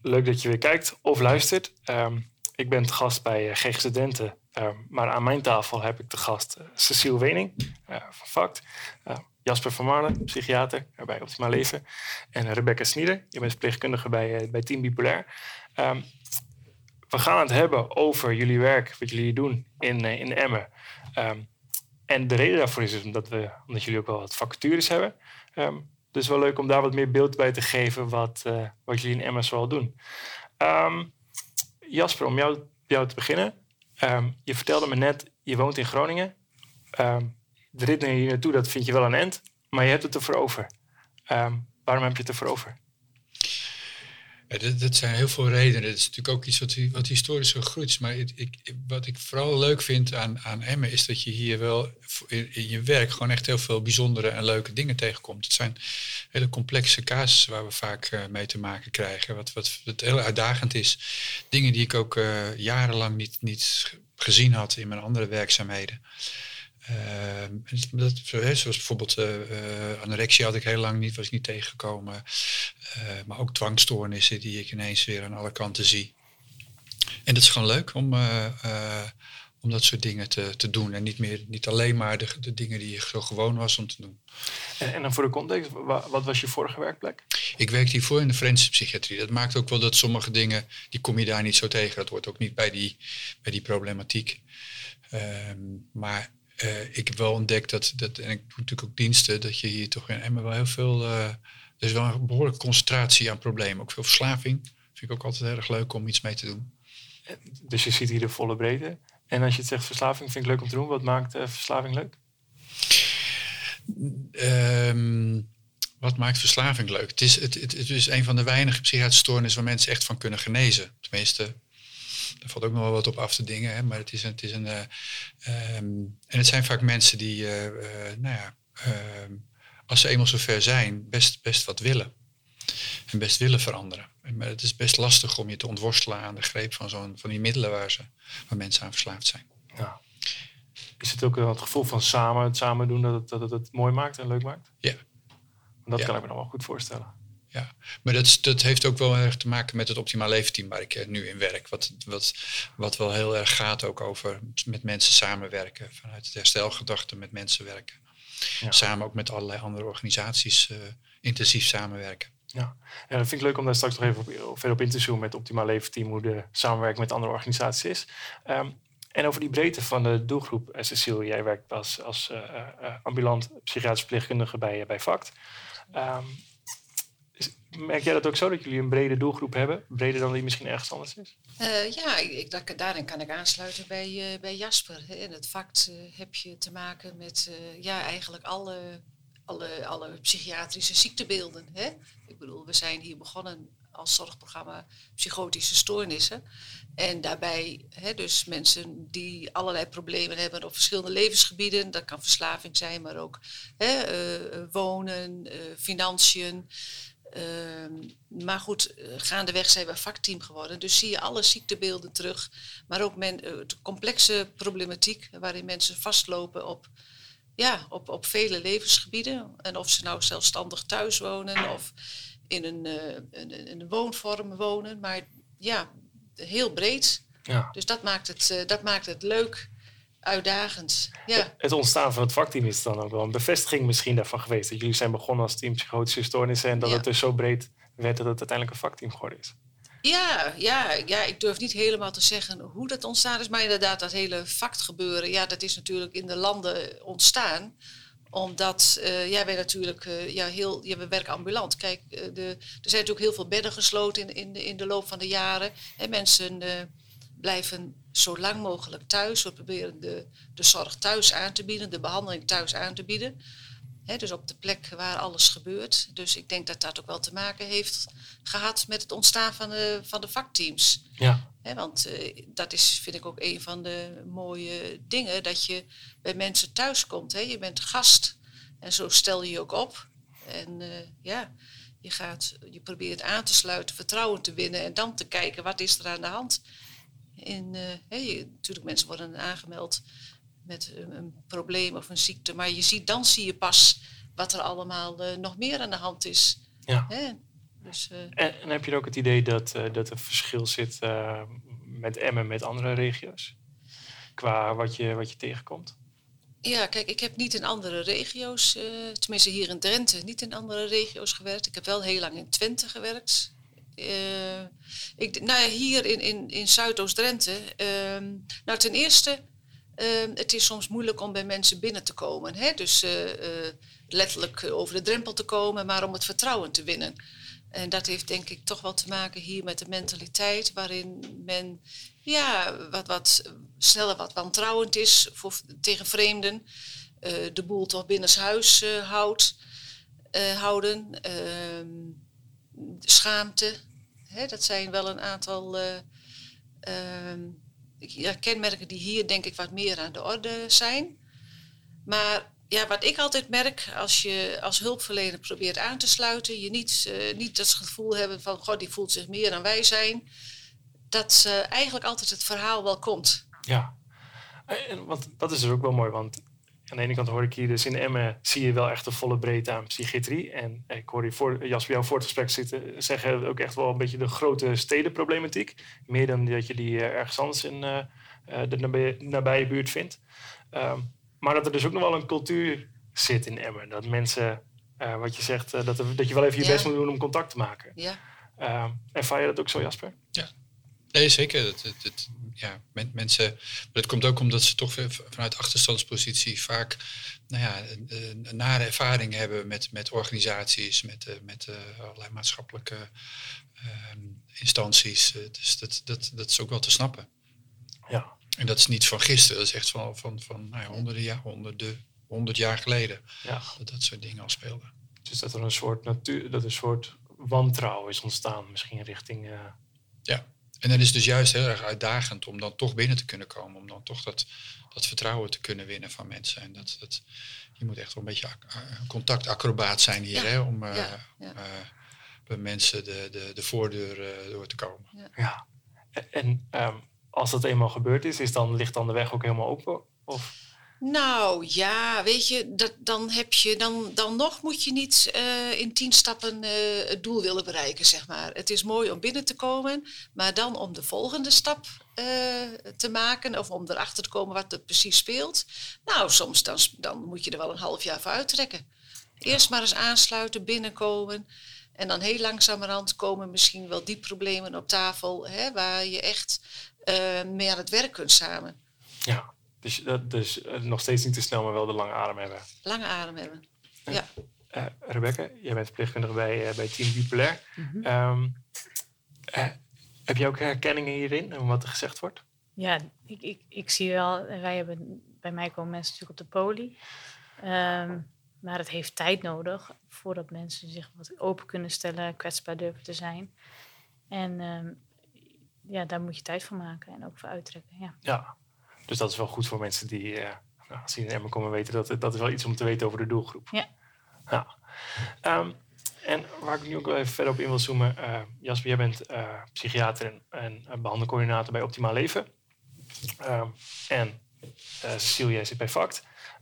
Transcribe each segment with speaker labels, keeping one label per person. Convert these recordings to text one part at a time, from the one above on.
Speaker 1: Leuk dat je weer kijkt of luistert. Ik ben te gast bij GG Studenten. Maar aan mijn tafel heb ik te gast Cecile Wening van VACT. Jasper van Marlen, psychiater bij Optimaal Leven. En Rebecca Snieder, je bent verpleegkundige bij Team Bipolair. We gaan het hebben over jullie werk, wat jullie doen in Emmen. En de reden daarvoor is dus omdat jullie ook wel wat vacatures hebben. Dus wel leuk om daar wat meer beeld bij te geven wat jullie in Emmen zoal doen. Jasper, om jou te beginnen. Je vertelde me net, je woont in Groningen. De rit naar hier naartoe, dat vind je wel een end. Maar je hebt het ervoor over. Waarom heb je het ervoor over?
Speaker 2: Ja, dat zijn heel veel redenen. Dat is natuurlijk ook iets wat historisch gegroeid is. Maar wat ik vooral leuk vind aan Emmen is dat je hier wel in je werk gewoon echt heel veel bijzondere en leuke dingen tegenkomt. Het zijn hele complexe casussen waar we vaak mee te maken krijgen. Wat heel uitdagend is. Dingen die ik ook jarenlang niet gezien had in mijn andere werkzaamheden. Zoals bijvoorbeeld anorexia had ik heel lang was ik niet tegengekomen. Maar ook dwangstoornissen die ik ineens weer aan alle kanten zie. En het is gewoon leuk om dat soort dingen te doen. En niet alleen maar de dingen die je zo gewoon was om te doen.
Speaker 1: En dan voor de context, wat was je vorige werkplek?
Speaker 2: Ik werkte hiervoor in de forensische psychiatrie. Dat maakt ook wel dat sommige dingen, die kom je daar niet zo tegen. Dat hoort ook niet bij die problematiek. Maar ik heb wel ontdekt dat, en ik doe natuurlijk ook diensten, dat je hier toch in Emmen wel heel veel... er is wel een behoorlijke concentratie aan problemen. Ook veel verslaving. Vind ik ook altijd heel erg leuk om iets mee te doen.
Speaker 1: Dus je ziet hier de volle breedte. En als je het zegt verslaving, vind ik leuk om te doen. Wat maakt verslaving leuk?
Speaker 2: Wat maakt verslaving leuk? Het is een van de weinige psychiatrische stoornissen waar mensen echt van kunnen genezen. Tenminste... Er valt ook nog wel wat op af te dingen, hè, maar en het zijn vaak mensen die, als ze eenmaal zover zijn, best wat willen. En best willen veranderen. Maar het is best lastig om je te ontworstelen aan de greep van die middelen waar mensen aan verslaafd zijn. Ja.
Speaker 1: Is het ook het gevoel van het samen doen, dat het mooi maakt en leuk maakt?
Speaker 2: Ja.
Speaker 1: Dat kan ik me dan wel goed voorstellen.
Speaker 2: Ja, maar dat heeft ook wel erg te maken met het Optimaal Leven team waar ik nu in werk. Wat wel heel erg gaat ook over met mensen samenwerken. Vanuit het herstelgedachte met mensen werken. Ja. Samen ook met allerlei andere organisaties intensief samenwerken.
Speaker 1: Ja, en dat vind ik leuk om daar straks nog even verder op in te zoomen met het Optimaal Leven team. Hoe de samenwerking met andere organisaties is. En over die breedte van de doelgroep. Cecile, jij werkt als ambulant psychiatrisch verpleegkundige bij VACT. Merk jij dat ook zo, dat jullie een brede doelgroep hebben? Breder dan die misschien ergens anders is?
Speaker 3: Daarin kan ik aansluiten bij Jasper. In het VACT heb je te maken met eigenlijk alle psychiatrische ziektebeelden. Hè? Ik bedoel, we zijn hier begonnen als zorgprogramma psychotische stoornissen. En daarbij dus mensen die allerlei problemen hebben op verschillende levensgebieden. Dat kan verslaving zijn, maar ook wonen, financiën. Maar goed, gaandeweg zijn we vakteam geworden. Dus zie je alle ziektebeelden terug. Maar ook de complexe problematiek waarin mensen vastlopen op vele levensgebieden. En of ze nou zelfstandig thuis wonen of in een woonvorm wonen. Maar ja, heel breed. Ja. Dus dat maakt het leuk, uitdagend. Ja.
Speaker 1: Het ontstaan van het vakteam is dan ook wel een bevestiging misschien daarvan geweest. Dat jullie zijn begonnen als team psychotische stoornissen en dat het dus zo breed werd dat het uiteindelijk een vakteam geworden is.
Speaker 3: Ja, ik durf niet helemaal te zeggen hoe dat ontstaan is. Maar inderdaad, dat hele vaktgebeuren, dat is natuurlijk in de landen ontstaan. Omdat wij natuurlijk, we werken ambulant. Kijk, er zijn natuurlijk heel veel bedden gesloten in de loop van de jaren. En mensen blijven zo lang mogelijk thuis. We proberen de zorg thuis aan te bieden, de behandeling thuis aan te bieden. Dus op de plek waar alles gebeurt. Dus ik denk dat dat ook wel te maken heeft gehad met het ontstaan van de vakteams. Ja. Want dat is, vind ik ook een van de mooie dingen, dat je bij mensen thuis komt. Je bent gast en zo stel je je ook op. En je probeert aan te sluiten, vertrouwen te winnen en dan te kijken wat is er aan de hand. Natuurlijk, mensen worden aangemeld met een probleem of een ziekte. Maar dan zie je pas wat er allemaal nog meer aan de hand is. Ja. Dus,
Speaker 1: En heb je ook het idee dat er verschil zit met Emmen met andere regio's? Qua wat je tegenkomt?
Speaker 3: ja, kijk, ik heb niet in andere regio's, tenminste hier in Drenthe, niet in andere regio's gewerkt. Ik heb wel heel lang in Twente gewerkt. Hier in Zuidoost-Drenthe. Ten eerste, het is soms moeilijk om bij mensen binnen te komen. Hè? Dus letterlijk over de drempel te komen, maar om het vertrouwen te winnen. En dat heeft denk ik toch wel te maken hier met de mentaliteit waarin men wat sneller wat wantrouwend is tegen vreemden. De boel toch binnenshuis houden. Schaamte. Hè, dat zijn wel een aantal kenmerken die hier denk ik wat meer aan de orde zijn. Maar ja, wat ik altijd merk als je als hulpverlener probeert aan te sluiten, je niet dat gevoel hebben van goh, die voelt zich meer dan wij zijn, dat eigenlijk altijd het verhaal wel komt.
Speaker 1: Ja, want dat is dus ook wel mooi, want aan de ene kant hoor ik hier dus in Emmen zie je wel echt de volle breedte aan psychiatrie. En ik hoor hier Jasper jou voor het gesprek zeggen ook echt wel een beetje de grote stedenproblematiek. Meer dan dat je die ergens anders in de nabije buurt vindt. Maar dat er dus ook nog wel een cultuur zit in Emmen. Dat mensen, wat je zegt, dat je wel even je best moet doen om contact te maken.
Speaker 3: Ja.
Speaker 1: Ervaar je dat ook zo, Jasper?
Speaker 2: Ja. Nee, zeker. Mensen, maar dat komt ook omdat ze toch vanuit achterstandspositie vaak een nare ervaring hebben met organisaties, met allerlei maatschappelijke instanties. Dus dat is ook wel te snappen.
Speaker 1: Ja.
Speaker 2: En dat is niet van gisteren, dat is echt van honderd jaar geleden.
Speaker 1: Ja.
Speaker 2: Dat soort dingen al speelden.
Speaker 1: Dus dat er een soort wantrouwen is ontstaan, misschien richting.
Speaker 2: Ja. En dan is het dus juist heel erg uitdagend om dan toch binnen te kunnen komen. Om dan toch dat vertrouwen te kunnen winnen van mensen. En je moet echt wel een beetje contactacrobaat zijn hier. Ja. Hè, om bij mensen de voordeur door te komen.
Speaker 1: Ja. En als dat eenmaal gebeurd ligt dan de weg ook helemaal open? Of?
Speaker 3: Nou ja, weet je, dan nog moet je niet in 10 stappen het doel willen bereiken, zeg maar. Het is mooi om binnen te komen, maar dan om de volgende stap te maken of om erachter te komen wat er precies speelt. Nou, soms dan moet je er wel een half jaar voor uittrekken. Eerst maar eens aansluiten, binnenkomen en dan heel langzamerhand komen misschien wel die problemen op tafel, hè, waar je echt mee aan het werk kunt samen.
Speaker 1: Ja. Dus nog steeds niet te snel, maar wel de lange adem hebben.
Speaker 3: Lange adem hebben, ja.
Speaker 1: Rebecca, jij bent verpleegkundige bij Team Bipolair.
Speaker 4: Mm-hmm.
Speaker 1: Heb je ook herkenningen hierin, om wat er gezegd wordt?
Speaker 4: Ja, ik zie wel, bij mij komen mensen natuurlijk op de poli. Maar het heeft tijd nodig voordat mensen zich wat open kunnen stellen, kwetsbaar durven te zijn. En daar moet je tijd voor maken en ook voor uittrekken. Ja.
Speaker 1: Dus dat is wel goed voor mensen die, als die in Emmen komen, weten dat is wel iets om te weten over de doelgroep.
Speaker 4: Ja.
Speaker 1: En waar ik nu ook wel even verder op in wil zoomen. Jasper, jij bent psychiater en behandelcoördinator bij Optimaal Leven. En Cecile, jij zit bij FACT.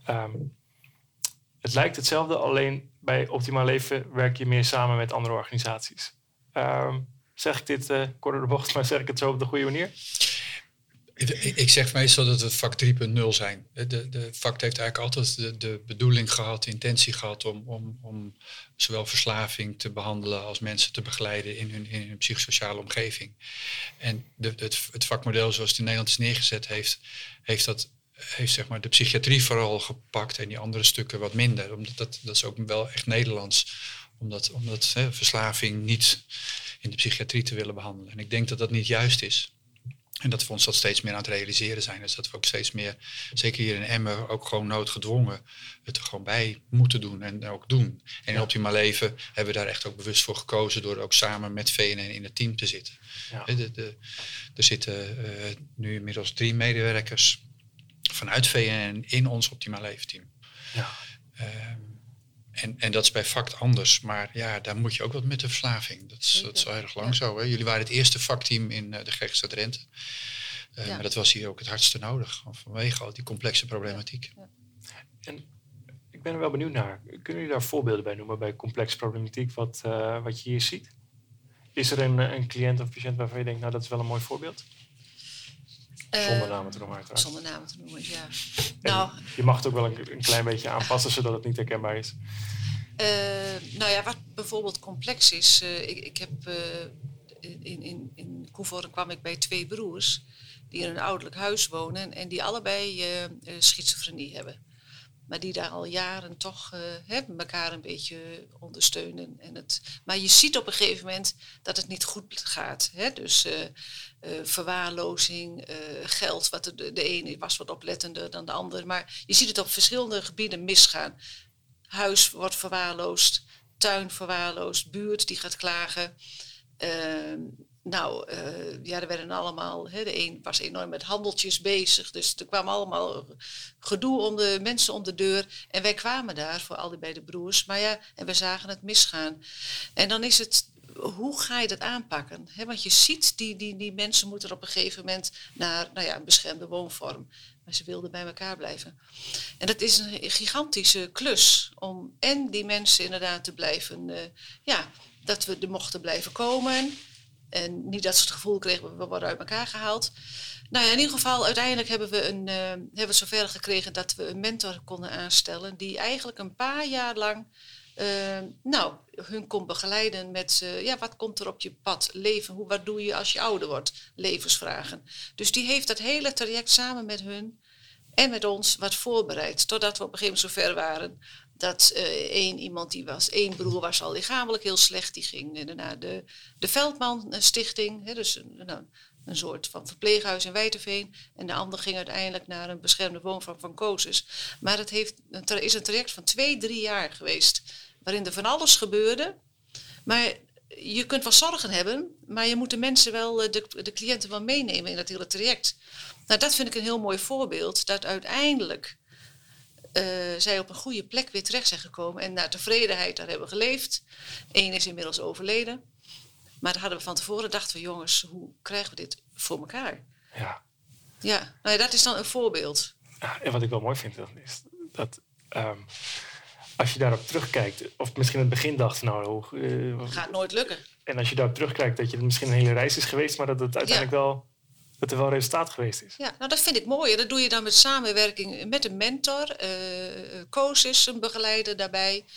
Speaker 1: Het lijkt hetzelfde, alleen bij Optimaal Leven werk je meer samen met andere organisaties. Zeg ik dit kort door de bocht, maar zeg ik het zo op de goede manier?
Speaker 2: Ik zeg meestal dat we vak 3.0 zijn. De vak heeft eigenlijk altijd de bedoeling gehad, de intentie gehad om zowel verslaving te behandelen als mensen te begeleiden in hun psychosociale omgeving. En het vakmodel zoals het in Nederland is neergezet heeft zeg maar de psychiatrie vooral gepakt en die andere stukken wat minder. Omdat dat is ook wel echt Nederlands. Omdat verslaving niet in de psychiatrie te willen behandelen. En ik denk dat dat niet juist is. En dat we ons dat steeds meer aan het realiseren zijn. Dus dat we ook steeds meer, zeker hier in Emmen, ook gewoon noodgedwongen het er gewoon bij moeten doen en ook doen. En in Optimaal Leven hebben we daar echt ook bewust voor gekozen door ook samen met VNN in het team te zitten. Ja. Er zitten nu inmiddels 3 medewerkers vanuit VNN in ons Optimaal Leven team. Ja. En dat is bij FACT anders. Maar ja, daar moet je ook wat met de verslaving. Dat is al erg lang zo. Hè? Jullie waren het eerste vakteam in de GGZ Drenthe. Maar dat was hier ook het hardste nodig. Vanwege al die complexe problematiek. Ja.
Speaker 1: En ik ben er wel benieuwd naar. Kunnen jullie daar voorbeelden bij noemen bij complexe problematiek? Wat je hier ziet? Is er een cliënt of patiënt waarvan je denkt, nou dat is wel een mooi voorbeeld? Zonder namen te noemen uiteraard.
Speaker 3: Zonder namen te noemen, ja.
Speaker 1: En je mag het ook wel een klein beetje aanpassen, zodat het niet herkenbaar is.
Speaker 3: Wat bijvoorbeeld complex is. Ik heb in Koevoorde kwam ik bij 2 broers die in een ouderlijk huis wonen en die allebei schizofrenie hebben. Maar die daar al jaren toch elkaar een beetje ondersteunen. Maar je ziet op een gegeven moment dat het niet goed gaat. Hè? Dus verwaarlozing, geld. De ene was wat oplettender dan de ander. Maar je ziet het op verschillende gebieden misgaan. Huis wordt verwaarloosd, tuin verwaarloosd, buurt die gaat klagen. Er werden allemaal... de een was enorm met handeltjes bezig. Dus er kwam allemaal gedoe om de mensen om de deur. En wij kwamen daar voor al die beide broers. Maar ja, en we zagen het misgaan. En dan is het... Hoe ga je dat aanpakken? Want je ziet, die mensen moeten op een gegeven moment naar een beschermde woonvorm. Maar ze wilden bij elkaar blijven. En dat is een gigantische klus om en die mensen inderdaad te blijven... dat we er mochten blijven komen... En niet dat ze het gevoel kregen, we worden uit elkaar gehaald. In ieder geval, uiteindelijk hebben we het zover gekregen dat we een mentor konden aanstellen. Die eigenlijk een paar jaar lang hun kon begeleiden met wat komt er op je pad? Leven, wat doe je als je ouder wordt? Levensvragen. Dus die heeft dat hele traject samen met hun en met ons wat voorbereid. Totdat we op een gegeven moment zover waren dat één broer was al lichamelijk heel slecht. Die ging naar de Veldman Stichting. Dus een soort van verpleeghuis in Wijterveen. En de ander ging uiteindelijk naar een beschermde woonvorm van COSUS. Maar het is een traject van 2-3 jaar geweest. Waarin er van alles gebeurde. Maar je kunt wel zorgen hebben. Maar je moet de mensen wel, de cliënten wel meenemen in dat hele traject. Dat vind ik een heel mooi voorbeeld. Dat uiteindelijk... zij op een goede plek weer terecht zijn gekomen. En naar tevredenheid daar hebben geleefd. Eén is inmiddels overleden. Maar daar hadden we van tevoren dachten we, jongens, hoe krijgen we dit voor elkaar? Ja, dat is dan een voorbeeld.
Speaker 1: Ja, en wat ik wel mooi vind, is dat als je daarop terugkijkt, of misschien in het begin dacht,
Speaker 3: gaat nooit lukken.
Speaker 1: En als je daarop terugkijkt, dat je misschien een hele reis is geweest, maar dat het uiteindelijk wel... dat er wel resultaat geweest is.
Speaker 3: Ja, dat vind ik mooi. En dat doe je dan met samenwerking met een mentor. COSUS, een begeleider daarbij.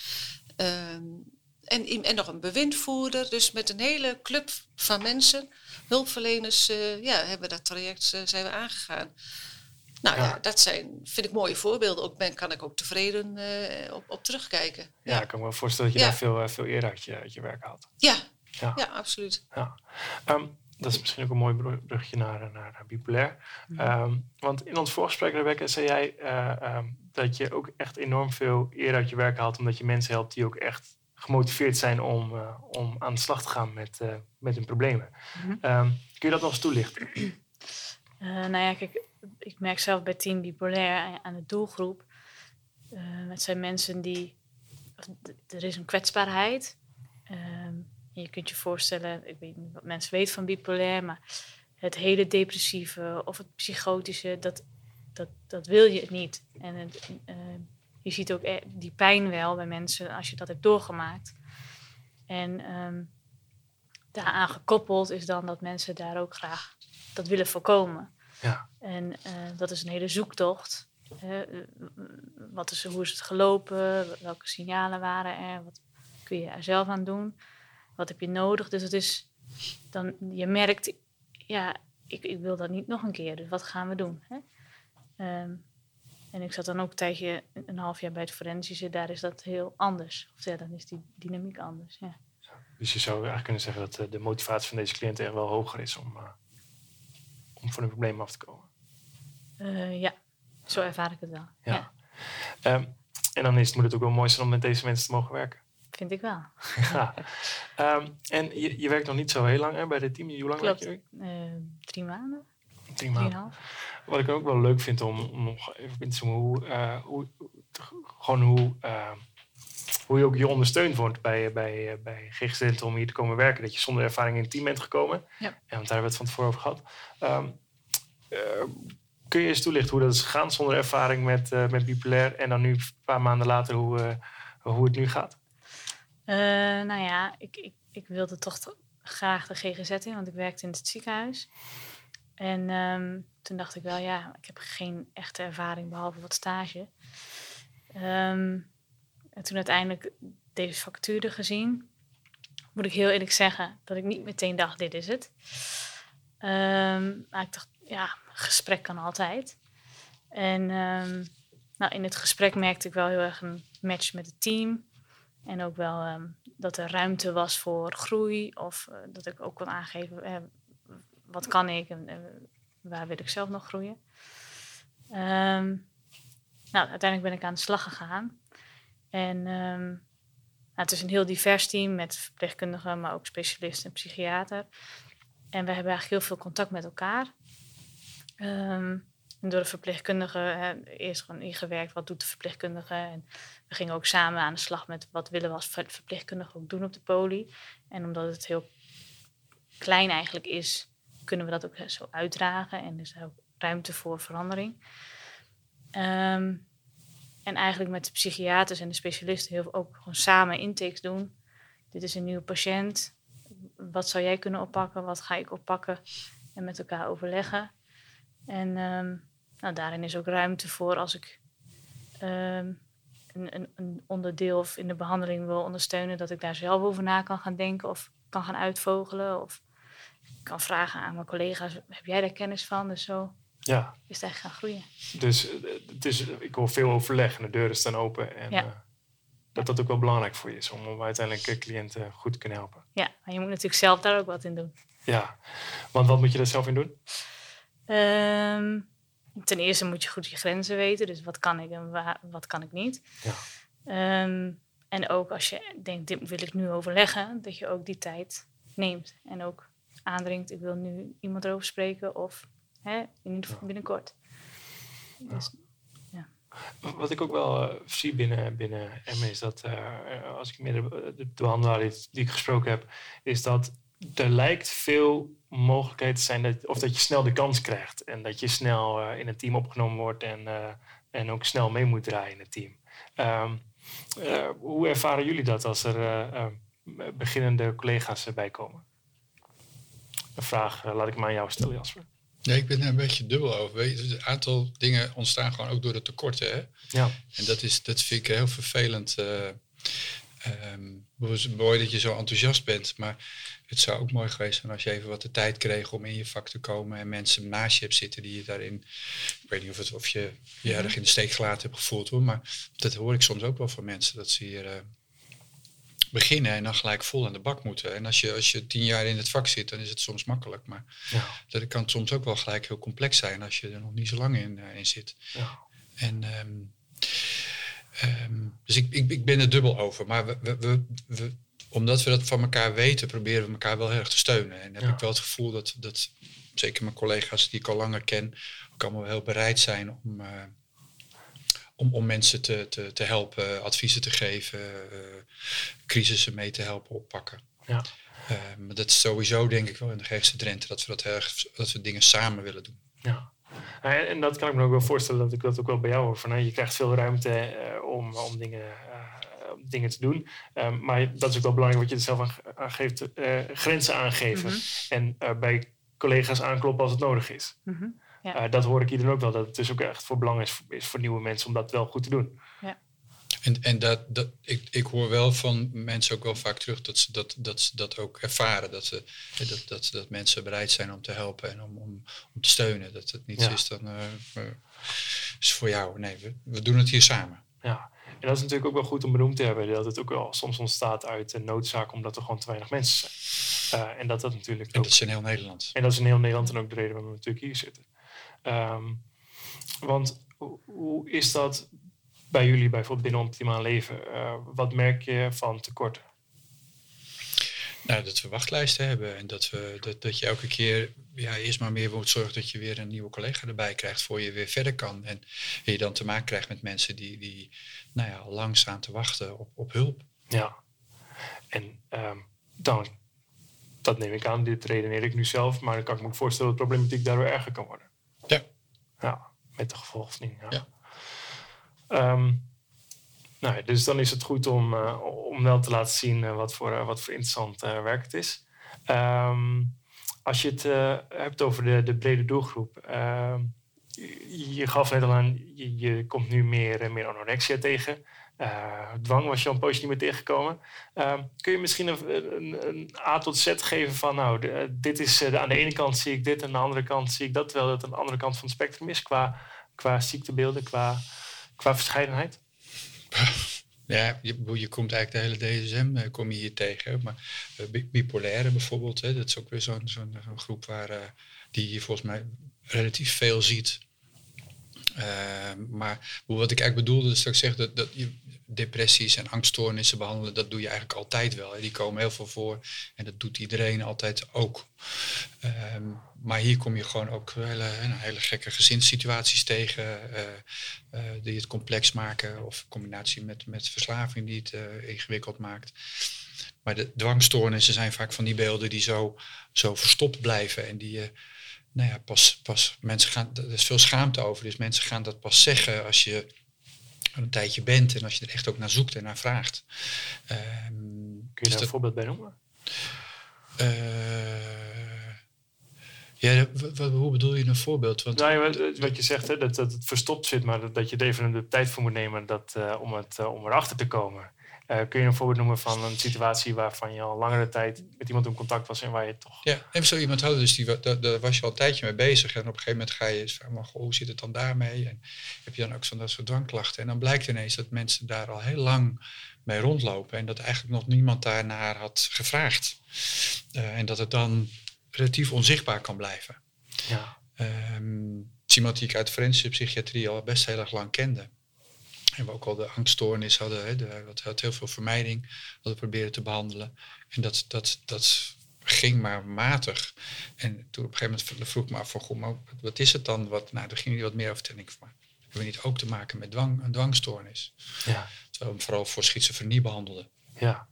Speaker 3: En nog een bewindvoerder. Dus met een hele club van mensen, hulpverleners, hebben we dat traject zijn we aangegaan. Dat vind ik mooie voorbeelden. Ook kan ik ook tevreden op terugkijken.
Speaker 1: Ja, ik kan me wel voorstellen dat je daar veel eer uit je werk haalt.
Speaker 3: Ja, absoluut.
Speaker 1: Ja. Dat is misschien ook een mooi brugje naar bipolair. Want in ons voorgesprek, Rebecca, zei jij dat je ook echt enorm veel eer uit je werk haalt, omdat je mensen helpt die ook echt gemotiveerd zijn om aan de slag te gaan met hun problemen. Kun je dat nog eens toelichten?
Speaker 4: Kijk, ik merk zelf bij Team Bipolair aan de doelgroep. Het zijn mensen er is een kwetsbaarheid. Je kunt je voorstellen, ik weet niet wat mensen weten van bipolair, maar het hele depressieve of het psychotische, dat wil je niet. En je ziet ook die pijn wel bij mensen als je dat hebt doorgemaakt. En daaraan gekoppeld is dan dat mensen daar ook graag dat willen voorkomen.
Speaker 1: Ja.
Speaker 4: En dat is een hele zoektocht. Hoe is het gelopen? Welke signalen waren er? Wat kun je er zelf aan doen? Wat heb je nodig? Dus het is dan, je merkt, ik wil dat niet nog een keer. Dus wat gaan we doen? Hè? En ik zat dan ook een half jaar bij het forensische. Daar is dat heel anders. Of dan is die dynamiek anders. Ja.
Speaker 1: Dus je zou eigenlijk kunnen zeggen dat de motivatie van deze cliënten echt wel hoger is om van hun probleem af te komen.
Speaker 4: Zo ervaar ik het wel.
Speaker 1: Ja. En dan moet het ook wel mooi zijn om met deze mensen te mogen werken.
Speaker 4: Vind ik wel.
Speaker 1: Ja. En je werkt nog niet zo heel lang bij dit team. Hoe lang werk je?
Speaker 4: 3 maanden.
Speaker 1: 3 maanden. Wat ik ook wel leuk vind om nog even in te zoomen, hoe je ook je ondersteund wordt bij GGZ om hier te komen werken. Dat je zonder ervaring in het team bent gekomen.
Speaker 4: Ja.
Speaker 1: Want daar hebben we het van tevoren over gehad. Kun je eens toelichten hoe dat is gegaan zonder ervaring met bipolair en dan nu een paar maanden later hoe het nu gaat?
Speaker 4: Ik wilde toch graag de GGZ in, want ik werkte in het ziekenhuis. En toen dacht ik wel, ik heb geen echte ervaring behalve wat stage. En toen uiteindelijk deze vacature gezien, moet ik heel eerlijk zeggen dat ik niet meteen dacht, dit is het. Maar ik dacht, gesprek kan altijd. En in het gesprek merkte ik wel heel erg een match met het team. En ook wel dat er ruimte was voor groei. Of dat ik ook kon aangeven, wat kan ik en waar wil ik zelf nog groeien. Uiteindelijk ben ik aan de slag gegaan. En het is een heel divers team met verpleegkundigen, maar ook specialisten en psychiater. En we hebben eigenlijk heel veel contact met elkaar. En door de verpleegkundige eerst gewoon ingewerkt, wat doet de verpleegkundige? En we gingen ook samen aan de slag met wat willen we als verpleegkundige ook doen op de poli. En omdat het heel klein eigenlijk is, kunnen we dat ook zo uitdragen. En er is ook ruimte voor verandering. En eigenlijk met de psychiaters en de specialisten heel veel ook gewoon samen intakes doen. Dit is een nieuwe patiënt. Wat zou jij kunnen oppakken? Wat ga ik oppakken? En met elkaar overleggen. En daarin is ook ruimte voor als ik een onderdeel of in de behandeling wil ondersteunen, dat ik daar zelf over na kan gaan denken of kan gaan uitvogelen. Of ik kan vragen aan mijn collega's, heb jij daar kennis van? Dus zo is het eigenlijk gaan groeien.
Speaker 1: Dus ik hoor veel overleg en de deuren staan open. En dat ook wel belangrijk voor je is om uiteindelijk cliënten goed te kunnen helpen.
Speaker 4: Ja, maar je moet natuurlijk zelf daar ook wat in doen.
Speaker 1: Ja, want wat moet je daar zelf in doen?
Speaker 4: Ten eerste moet je goed je grenzen weten. Dus wat kan ik en wat kan ik niet. Ja. En ook als je denkt, dit wil ik nu overleggen, dat je ook die tijd neemt. En ook aandringt, ik wil nu iemand erover spreken of in ieder geval binnenkort. Dus,
Speaker 1: Wat ik ook wel zie binnen Emmen is dat, als ik meer de behandelaar die ik gesproken heb, is dat er lijkt veel mogelijkheid te zijn dat je snel de kans krijgt. En dat je snel in het team opgenomen wordt en ook snel mee moet draaien in het team. Hoe ervaren jullie dat als er beginnende collega's bij komen? Een vraag laat ik maar aan jou stellen, Jasper.
Speaker 2: Nee, ik ben er een beetje dubbel over. Weet je, een aantal dingen ontstaan gewoon ook door de tekorten. Hè?
Speaker 1: Ja.
Speaker 2: En dat vind ik heel vervelend. Mooi dat je zo enthousiast bent, maar het zou ook mooi geweest zijn als je even wat de tijd kreeg om in je vak te komen en mensen naast je hebt zitten die je daarin, ik weet niet of je erg in de steek gelaten hebt gevoeld hoor, maar dat hoor ik soms ook wel van mensen, dat ze hier beginnen en dan gelijk vol aan de bak moeten. En als je 10 jaar in het vak zit, dan is het soms makkelijk, maar dat kan soms ook wel gelijk heel complex zijn als je er nog niet zo lang in zit. Ja. En dus ik ben er dubbel over. Maar we, omdat we dat van elkaar weten, proberen we elkaar wel heel erg te steunen. En heb ik wel het gevoel dat zeker mijn collega's die ik al langer ken, ook allemaal heel bereid zijn om mensen te helpen, adviezen te geven, crisissen mee te helpen oppakken. Ja. Maar dat is sowieso denk ik wel in de GGZ Drenthe dat we dingen samen willen doen.
Speaker 1: Ja. En dat kan ik me ook wel voorstellen dat ik dat ook wel bij jou hoor. Van, je krijgt veel ruimte om dingen te doen. Maar dat is ook wel belangrijk wat je er zelf aangeeft. Grenzen aangeven. Mm-hmm. En bij collega's aankloppen als het nodig is. Mm-hmm. Ja. Dat hoor ik hier dan ook wel. Dat het dus ook echt voor belang is voor nieuwe mensen om dat wel goed te doen. Ja.
Speaker 2: En ik hoor wel van mensen ook wel vaak terug dat ze dat ook ervaren. Dat mensen bereid zijn om te helpen en om te steunen. Dat het niet is dan is voor jou. Nee, we doen het hier samen.
Speaker 1: Ja, en dat is natuurlijk ook wel goed om benoemd te hebben. Dat het ook wel soms ontstaat uit een noodzaak omdat er gewoon te weinig mensen zijn. En dat natuurlijk
Speaker 2: en dat is in heel Nederland.
Speaker 1: En dat is in heel Nederland en ook de reden waarom we natuurlijk hier zitten. Want hoe is dat bij jullie bijvoorbeeld binnen Optimaal Leven? Wat merk je van tekorten?
Speaker 2: Nou, dat we wachtlijsten hebben en dat je elke keer eerst maar meer moet zorgen dat je weer een nieuwe collega erbij krijgt voor je weer verder kan. En je dan te maken krijgt met mensen die al lang staan te wachten op hulp.
Speaker 1: Ja, en dat neem ik aan, dit redeneer ik nu zelf, maar dan kan ik me ook voorstellen dat de problematiek daardoor erger kan worden.
Speaker 2: Ja.
Speaker 1: Ja, met de gevolgen. Ja. Dus dan is het goed om wel te laten zien wat voor interessant werk het is. Als je het hebt over de brede doelgroep. Je gaf net al aan, je komt nu meer anorexia tegen. Dwang was je al een poosje niet meer tegengekomen. Kun je misschien een A tot Z geven van... dit is aan de ene kant zie ik dit... en aan de andere kant zie ik dat... terwijl dat aan de andere kant van het spectrum is... qua ziektebeelden, qua verscheidenheid?
Speaker 2: Ja, je komt eigenlijk de hele DSM kom je hier tegen. Maar bipolaire bijvoorbeeld, hè, dat is ook weer zo'n groep die je volgens mij relatief veel ziet. Maar wat ik eigenlijk bedoelde is dat ik zeg dat je depressies en angststoornissen behandelen, dat doe je eigenlijk altijd wel. Hè. Die komen heel veel voor en dat doet iedereen altijd ook. Maar hier kom je gewoon ook hele gekke gezinssituaties tegen die het complex maken of in combinatie met verslaving die het ingewikkeld maakt. Maar de dwangstoornissen zijn vaak van die beelden die zo verstopt blijven en die pas mensen gaan, er is veel schaamte over, dus mensen gaan dat pas zeggen als je een tijdje bent en als je er echt ook naar zoekt en naar vraagt.
Speaker 1: Kun je daar een voorbeeld bij noemen?
Speaker 2: Hoe bedoel je een voorbeeld? Want
Speaker 1: wat je zegt, hè, dat het verstopt zit, maar dat je er even de tijd voor moet nemen om erachter te komen. Kun je een voorbeeld noemen van een situatie waarvan je al langere tijd met iemand in contact was en waar je toch...
Speaker 2: Ja, en zo iemand hadden, dus daar was je al een tijdje mee bezig. En op een gegeven moment ga je eens vragen, hoe zit het dan daarmee? En heb je dan ook zo'n dat soort dwangklachten? En dan blijkt ineens dat mensen daar al heel lang mee rondlopen en dat eigenlijk nog niemand daarnaar had gevraagd. En dat het dan relatief onzichtbaar kan blijven.
Speaker 1: Ja.
Speaker 2: Het is iemand die ik uit de forensische psychiatrie al best heel erg lang kende. En we ook al de angststoornis hadden, had heel veel vermijding, hadden proberen te behandelen. En dat ging maar matig. En toen op een gegeven moment vroeg ik me af van, goh, maar wat is het dan? Daar ging hij wat meer over vertellen. Maar hebben we niet ook te maken met een dwangstoornis?
Speaker 1: Ja.
Speaker 2: Terwijl we hem vooral voor schizofrenie behandelden.
Speaker 1: Ja.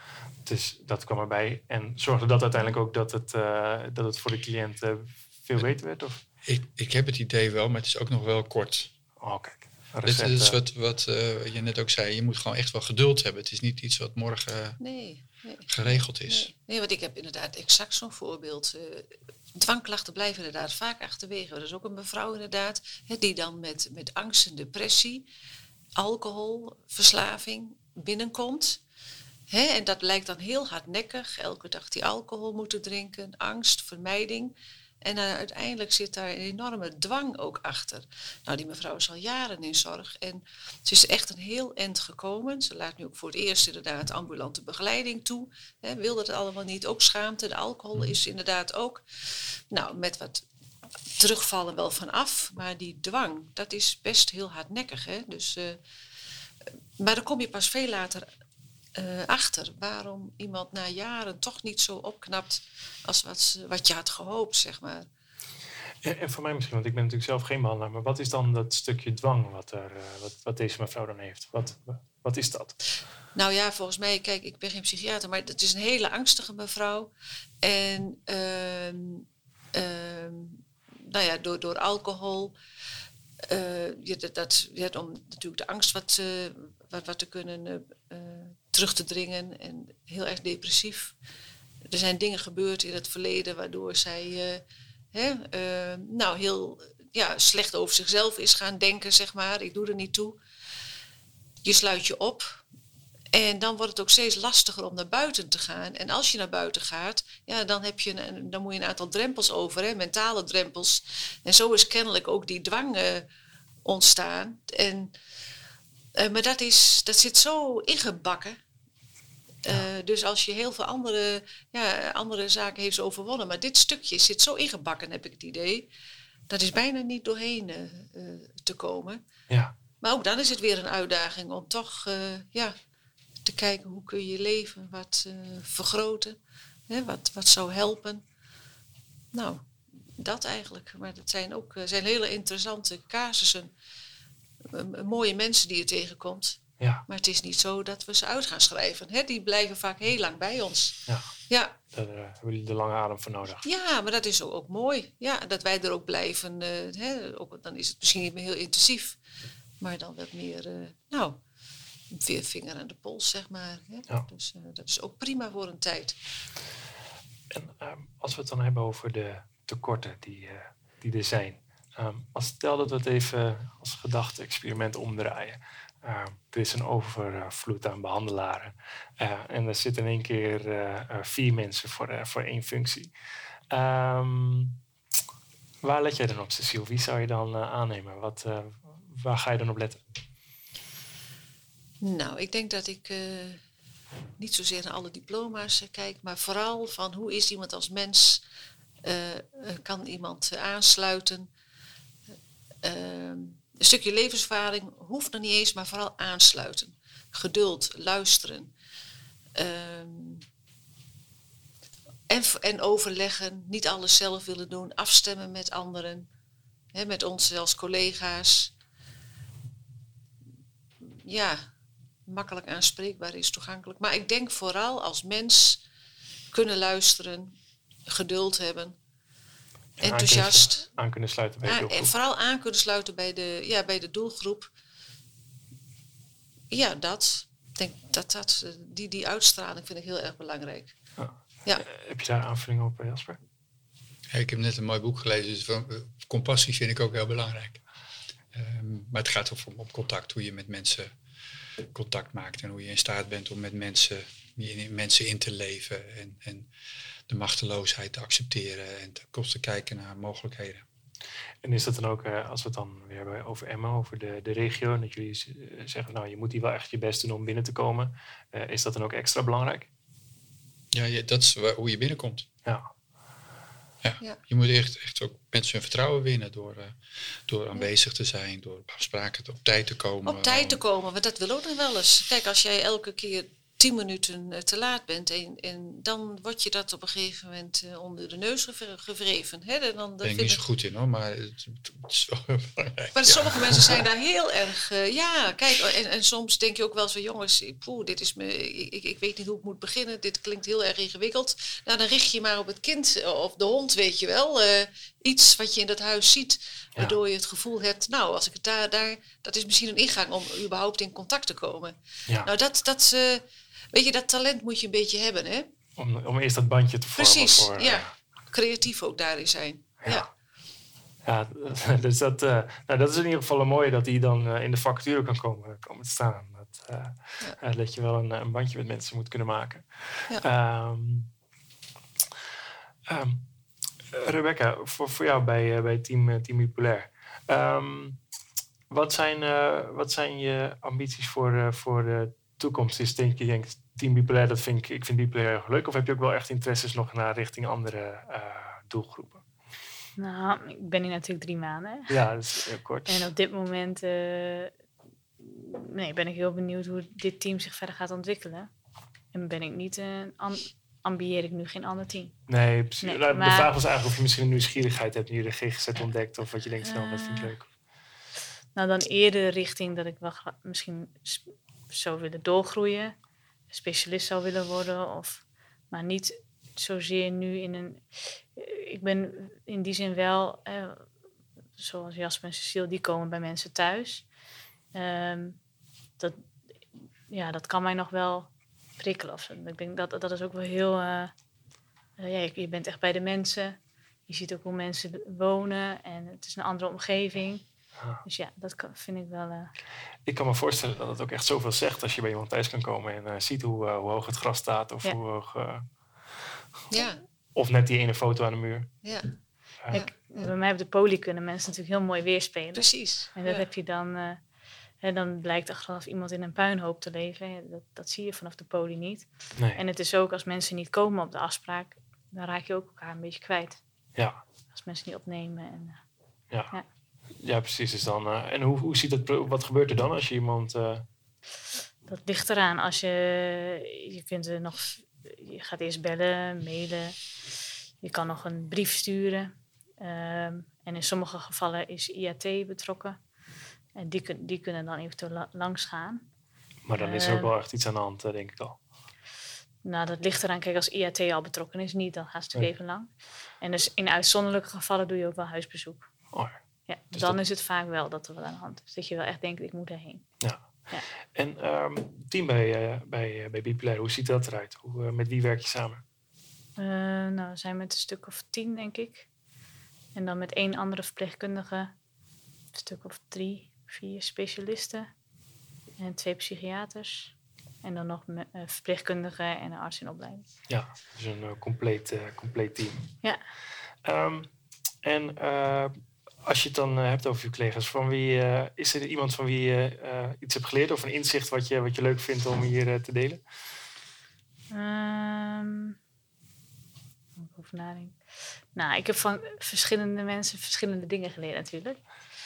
Speaker 1: Dus dat kwam erbij. En zorgde dat uiteindelijk ook dat het voor de cliënt veel beter werd? Of?
Speaker 2: Ik heb het idee wel, maar het is ook nog wel kort.
Speaker 1: Oh, kijk.
Speaker 2: Dit is wat je net ook zei. Je moet gewoon echt wel geduld hebben. Het is niet iets wat morgen geregeld is.
Speaker 3: Nee, want ik heb inderdaad exact zo'n voorbeeld. Dwangklachten blijven inderdaad vaak achterwege. Er is ook een mevrouw inderdaad die dan met angst en depressie, alcohol, verslaving binnenkomt. En dat lijkt dan heel hardnekkig. Elke dag die alcohol moeten drinken, angst, vermijding. En uiteindelijk zit daar een enorme dwang ook achter. Nou, die mevrouw is al jaren in zorg en ze is echt een heel eind gekomen. Ze laat nu ook voor het eerst inderdaad ambulante begeleiding toe. Wilde het allemaal niet, ook schaamte. De alcohol is inderdaad ook, met wat terugvallen wel vanaf. Maar die dwang, dat is best heel hardnekkig. Hè? Dus, maar dan kom je pas veel later achter waarom iemand na jaren toch niet zo opknapt als wat je had gehoopt, zeg maar.
Speaker 1: En voor mij misschien, want ik ben natuurlijk zelf geen behandelaar, maar wat is dan dat stukje dwang wat deze mevrouw dan heeft? Wat is dat?
Speaker 3: Nou ja, volgens mij, kijk, ik ben geen psychiater, maar het is een hele angstige mevrouw. En door alcohol, om natuurlijk de angst wat te kunnen terug te dringen en heel erg depressief. Er zijn dingen gebeurd in het verleden waardoor zij heel slecht over zichzelf is gaan denken, zeg maar. Ik doe er niet toe. Je sluit je op. En dan wordt het ook steeds lastiger om naar buiten te gaan. En als je naar buiten gaat, dan moet je een aantal drempels over, mentale drempels. En zo is kennelijk ook die dwang ontstaan. Maar dat zit zo ingebakken. Dus als je heel veel andere zaken heeft overwonnen, maar dit stukje zit zo ingebakken, heb ik het idee. Dat is bijna niet doorheen te komen.
Speaker 1: Ja.
Speaker 3: Maar ook dan is het weer een uitdaging om toch te kijken hoe kun je leven wat vergroten. Wat zou helpen. Nou, dat eigenlijk. Maar dat zijn hele interessante casussen. Mooie mensen die je tegenkomt.
Speaker 1: Ja.
Speaker 3: Maar het is niet zo dat we ze uit gaan schrijven. Die blijven vaak heel lang bij ons.
Speaker 1: Ja. Daar hebben jullie de lange adem voor nodig.
Speaker 3: Ja, maar dat is ook mooi. Ja, dat wij er ook blijven. Dan is het misschien niet meer heel intensief. Maar dan wat meer, vinger aan de pols, zeg maar.
Speaker 1: Ja.
Speaker 3: Dus dat is ook prima voor een tijd.
Speaker 1: En als we het dan hebben over de tekorten die er zijn. Stel dat we het even als gedachte-experiment omdraaien. Er is een overvloed aan behandelaren. En er zitten in één keer 4 mensen voor 1 functie. Waar let jij dan op, Cecile? Wie zou je dan aannemen? Waar ga je dan op letten?
Speaker 3: Nou, ik denk dat ik niet zozeer naar alle diploma's kijk, maar vooral van hoe is iemand als mens, kan iemand aansluiten. Een stukje levenservaring hoeft nog niet eens, maar vooral aansluiten. Geduld, luisteren. En overleggen, niet alles zelf willen doen, afstemmen met anderen, met ons als collega's. Ja, makkelijk aanspreekbaar is, toegankelijk. Maar ik denk vooral als mens kunnen luisteren, geduld hebben, enthousiast.
Speaker 1: Aan kunnen sluiten bij de doelgroep.
Speaker 3: En vooral aan kunnen sluiten bij de doelgroep. Ja, dat. Ik denk die uitstraling vind ik heel erg belangrijk. Ja.
Speaker 1: Heb je daar aanvulling op, Jasper?
Speaker 2: Ja, ik heb net een mooi boek gelezen. Dus compassie vind ik ook heel belangrijk. Maar het gaat om contact, hoe je met mensen contact maakt en hoe je in staat bent om met mensen in te leven en de machteloosheid te accepteren en te kijken naar mogelijkheden.
Speaker 1: En is dat dan ook, als we het dan weer hebben over Emma, over de regio, dat jullie zeggen, nou, je moet hier wel echt je best doen om binnen te komen. Is dat dan ook extra belangrijk?
Speaker 2: Ja, dat is hoe je binnenkomt.
Speaker 1: Ja.
Speaker 2: Ja. Je moet echt ook mensen hun vertrouwen winnen door aanwezig te zijn, door afspraken op tijd te komen.
Speaker 3: Op tijd te komen, want dat wil ook nog wel eens. Kijk, als jij elke keer 10 minuten te laat bent en dan word je dat op een gegeven moment onder de neus gewreven. Hè? Dan
Speaker 2: ben ik niet zo goed in hoor, maar het is wel heel belangrijk.
Speaker 3: Maar sommige mensen zijn daar heel erg, kijk, en soms denk je ook wel zo, jongens, dit is ik weet niet hoe ik moet beginnen, dit klinkt heel erg ingewikkeld. Nou, dan richt je maar op het kind of de hond, weet je wel. Iets wat je in dat huis ziet, waardoor je het gevoel hebt, nou, als ik het daar, dat is misschien een ingang om überhaupt in contact te komen. Ja. Nou, weet je, dat talent moet je een beetje hebben, hè?
Speaker 1: Om eerst dat bandje te vormen.
Speaker 3: Precies, creatief ook daarin zijn.
Speaker 1: Ja, dus dat is in ieder geval een mooie dat die dan in de vacature kan komen te staan. Dat je wel een bandje met mensen moet kunnen maken. Ja. Rebecca, voor jou bij Team Bipolair. Wat zijn je ambities voor de toekomst? Is denk je Team Bipolair, ik vind Bipolair erg leuk, of heb je ook wel echt interesses nog naar richting andere doelgroepen?
Speaker 4: Nou, ik ben hier natuurlijk 3 maanden.
Speaker 1: Ja, dat is heel kort.
Speaker 4: En op dit moment ben ik heel benieuwd hoe dit team zich verder gaat ontwikkelen. En ambieer ik nu geen ander team.
Speaker 1: Nee, precies. Nee, de vraag was eigenlijk of je misschien een nieuwsgierigheid hebt nu je de GGZ ontdekt, of wat je denkt, dat vind ik leuk.
Speaker 4: Nou, dan eerder richting dat ik wel misschien zou willen doorgroeien, specialist zou willen worden, maar niet zozeer nu ik ben in die zin wel, zoals Jasper en Cecile, die komen bij mensen thuis. Dat kan mij nog wel prikkelen. Of zo. Ik denk dat is ook wel heel, je bent echt bij de mensen. Je ziet ook hoe mensen wonen en het is een andere omgeving. Dus ja, dat vind ik wel...
Speaker 1: Ik kan me voorstellen dat het ook echt zoveel zegt als je bij iemand thuis kan komen en ziet hoe hoog het gras staat of hoe hoog... Of net die ene foto aan de muur.
Speaker 3: Ja.
Speaker 4: Kijk, bij mij op de poli kunnen mensen natuurlijk heel mooi weerspelen.
Speaker 3: Precies.
Speaker 4: En dat heb je dan... dan blijkt achteraf iemand in een puinhoop te leven. Dat zie je vanaf de poli niet.
Speaker 1: Nee.
Speaker 4: En het is ook als mensen niet komen op de afspraak, dan raak je ook elkaar een beetje kwijt.
Speaker 1: Ja.
Speaker 4: Als mensen niet opnemen.
Speaker 1: Ja, precies. Dus dan, en hoe ziet het? Wat gebeurt er dan als je iemand...
Speaker 4: Dat ligt eraan. Als je kunt er nog... Je gaat eerst bellen, mailen. Je kan nog een brief sturen. En in sommige gevallen is IAT betrokken. En die kunnen dan eventueel langs gaan. Maar
Speaker 1: dan is er ook wel echt iets aan de hand, denk ik al.
Speaker 4: Nou, dat ligt eraan. Kijk, als IAT al betrokken is, niet, dan gaat het natuurlijk even lang. En dus in uitzonderlijke gevallen doe je ook wel huisbezoek.
Speaker 1: Oh,
Speaker 4: ja, dus dan is het vaak wel dat er wat aan de hand is. Dat je wel echt denkt, ik moet erheen.
Speaker 1: Ja. En team bij Bipolair, hoe ziet dat eruit? Met wie werk je samen?
Speaker 4: We zijn met een stuk of 10, denk ik. En dan met 1 andere verpleegkundige, een stuk of 3, 4 specialisten en 2 psychiaters. En dan nog verpleegkundigen en een arts in opleiding.
Speaker 1: Ja, dus een compleet team.
Speaker 4: Ja.
Speaker 1: Als je het dan hebt over je collega's, van wie, is er iemand van wie je iets hebt geleerd of een inzicht wat je leuk vindt om hier te delen?
Speaker 4: Moet ik over nadenken. Nou, ik heb van verschillende mensen verschillende dingen geleerd natuurlijk.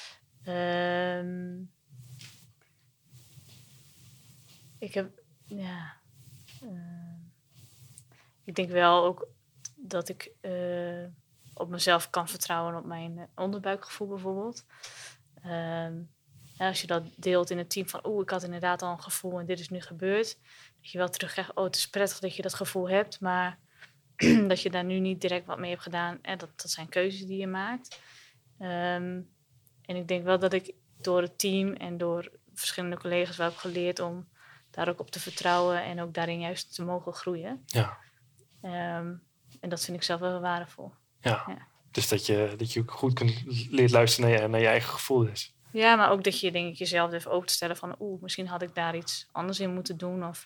Speaker 4: Ik denk wel ook dat ik op mezelf kan vertrouwen, op mijn onderbuikgevoel bijvoorbeeld. Als je dat deelt in het team van, ik had inderdaad al een gevoel en dit is nu gebeurd. Dat je wel terugkrijgt, het is prettig dat je dat gevoel hebt, maar dat je daar nu niet direct wat mee hebt gedaan. Dat zijn keuzes die je maakt. En ik denk wel dat ik door het team en door verschillende collega's wel heb geleerd om daar ook op te vertrouwen en ook daarin juist te mogen groeien.
Speaker 1: Ja.
Speaker 4: En dat vind ik zelf wel waardevol.
Speaker 1: Ja. Dus dat je ook goed leert luisteren naar je eigen gevoel dus.
Speaker 4: Ja, maar ook dat je denk ik jezelf even open te stellen van misschien had ik daar iets anders in moeten doen. Of,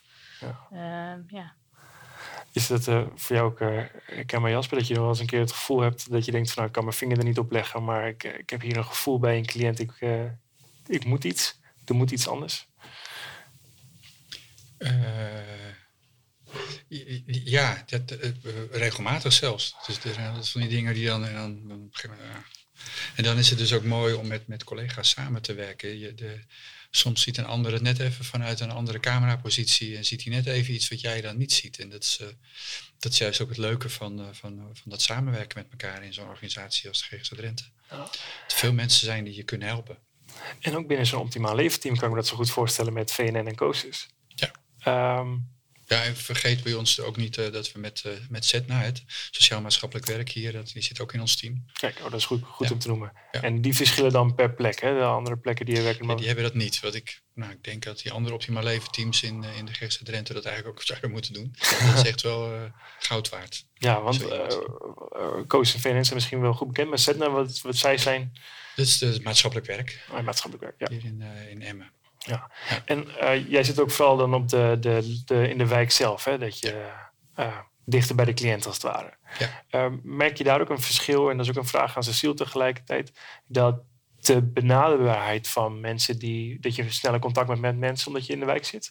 Speaker 1: Is dat voor jou ook herkenbaar, Jasper, dat je nog wel eens een keer het gevoel hebt dat je denkt van ik kan mijn vinger er niet op leggen, maar ik heb hier een gevoel bij een cliënt, ik moet iets, er moet iets anders?
Speaker 2: Ja, regelmatig zelfs. Dus er zijn van die dingen die dan en dan is het dus ook mooi om met collega's samen te werken. Soms ziet een ander het net even vanuit een andere camerapositie en ziet hij net even iets wat jij dan niet ziet. En dat is juist ook het leuke van dat samenwerken met elkaar in zo'n organisatie als de GGZ Drenthe. Ja. Dat er veel mensen zijn die je kunnen helpen.
Speaker 1: En ook binnen zo'n optimaal leventeam kan ik me dat zo goed voorstellen met VNN en COSIS.
Speaker 2: Ja. Ja, en vergeet bij ons ook niet dat we met Zetna, het sociaal-maatschappelijk werk hier, die zit ook in ons team.
Speaker 1: Kijk, dat is goed om te noemen. Ja. En die verschillen dan per plek, hè? De andere plekken die je werken.
Speaker 2: Ja, die hebben dat niet. Ik denk dat die andere optimaal leven teams in de GGZ Drenthe dat eigenlijk ook zouden moeten doen. Dat is echt wel goud waard.
Speaker 1: Ja, want COSIS en VNN zijn misschien wel goed bekend, maar Zetna, wat zij zijn?
Speaker 2: Dat is het maatschappelijk werk.
Speaker 1: Maatschappelijk werk, ja.
Speaker 2: Hier in Emmen.
Speaker 1: Ja. En jij zit ook vooral dan op in de wijk zelf, hè? Dat je dichter bij de cliënt als het ware. Ja. Merk je daar ook een verschil, en dat is ook een vraag aan Cecile tegelijkertijd, dat de benaderbaarheid van mensen dat je sneller contact hebt met mensen omdat je in de wijk zit?